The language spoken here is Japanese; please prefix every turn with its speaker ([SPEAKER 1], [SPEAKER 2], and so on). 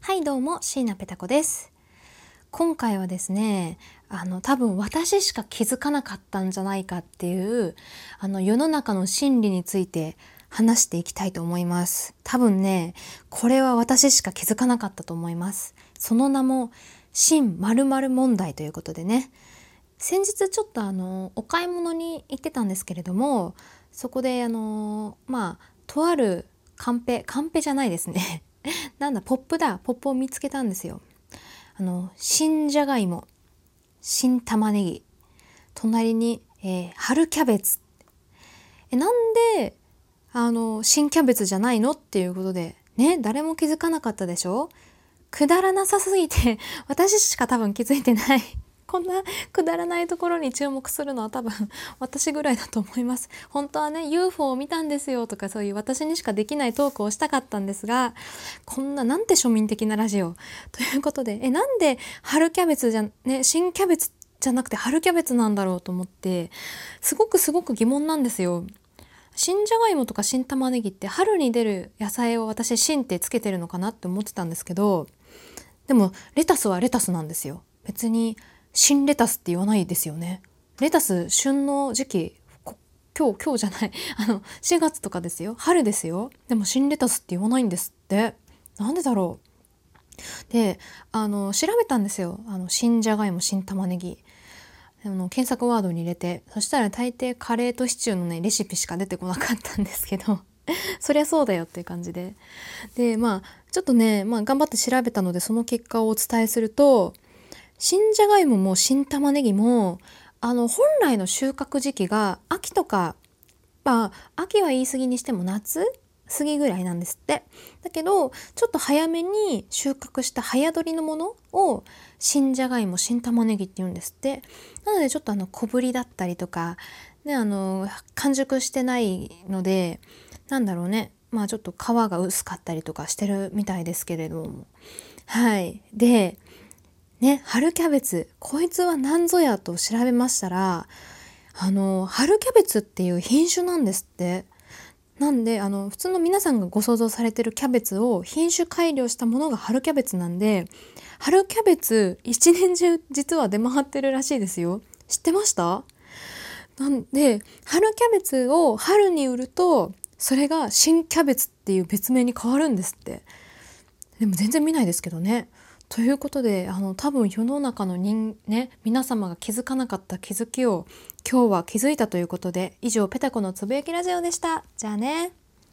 [SPEAKER 1] はいどうも、椎名ペタ子です。今回はですね、多分私しか気づかなかったんじゃないかっていう世の中の真理について話していきたいと思います。多分ね、これは私しか気づかなかったと思います。その名も真〇〇問題ということでね、先日ちょっとお買い物に行ってたんですけれども、そこでとあるカンペじゃないですねポップを見つけたんですよ。新じゃがいも、新玉ねぎ、隣に、春キャベツ。なんで新キャベツじゃないのっていうことでね、誰も気づかなかったでしょ。くだらなさすぎて私しか多分気づいてないこんなくだらないところに注目するのは多分私ぐらいだと思います。本当はね UFO を見たんですよとか、そういう私にしかできないトークをしたかったんですが、こんななんて庶民的なラジオということで、なんで春キャベツじゃね、新キャベツじゃなくて春キャベツなんだろうと思って、すごく疑問なんですよ。新じゃがいもとか新玉ねぎって春に出る野菜を私新ってつけてるのかなって思ってたんですけど、でもレタスはレタスなんですよ。別に新レタスって言わないですよね。レタス旬の時期今日じゃない4月とかですよ。春ですよ。でも新レタスって言わないんですって。なんでだろう。で調べたんですよ。新じゃがいも新玉ねぎ検索ワードに入れて、そしたら大抵カレーとシチューのねレシピしか出てこなかったんですけどそりゃそうだよっていう感じで、ちょっとね、頑張って調べたのでその結果をお伝えすると、新じゃがいもも新玉ねぎも本来の収穫時期が秋とか、秋は言い過ぎにしても夏過ぎぐらいなんですって。だけどちょっと早めに収穫した早取りのものを新じゃがいも新玉ねぎって言うんですって。なのでちょっと小ぶりだったりとか、ね、完熟してないのでなんだろうね、ちょっと皮が薄かったりとかしてるみたいですけれども、はい。でね、春キャベツ、こいつは何ぞやと調べましたら、春キャベツっていう品種なんですって。なんで普通の皆さんがご想像されてるキャベツを品種改良したものが春キャベツなんで、春キャベツ一年中実は出回ってるらしいですよ。知ってました？なんで春キャベツを春に売るとそれが新キャベツっていう別名に変わるんですって。でも全然見ないですけどね。ということで多分世の中の皆様が気づかなかった気づきを今日は気づいたということで、以上ペタコのつぶやきラジオでした。じゃあね。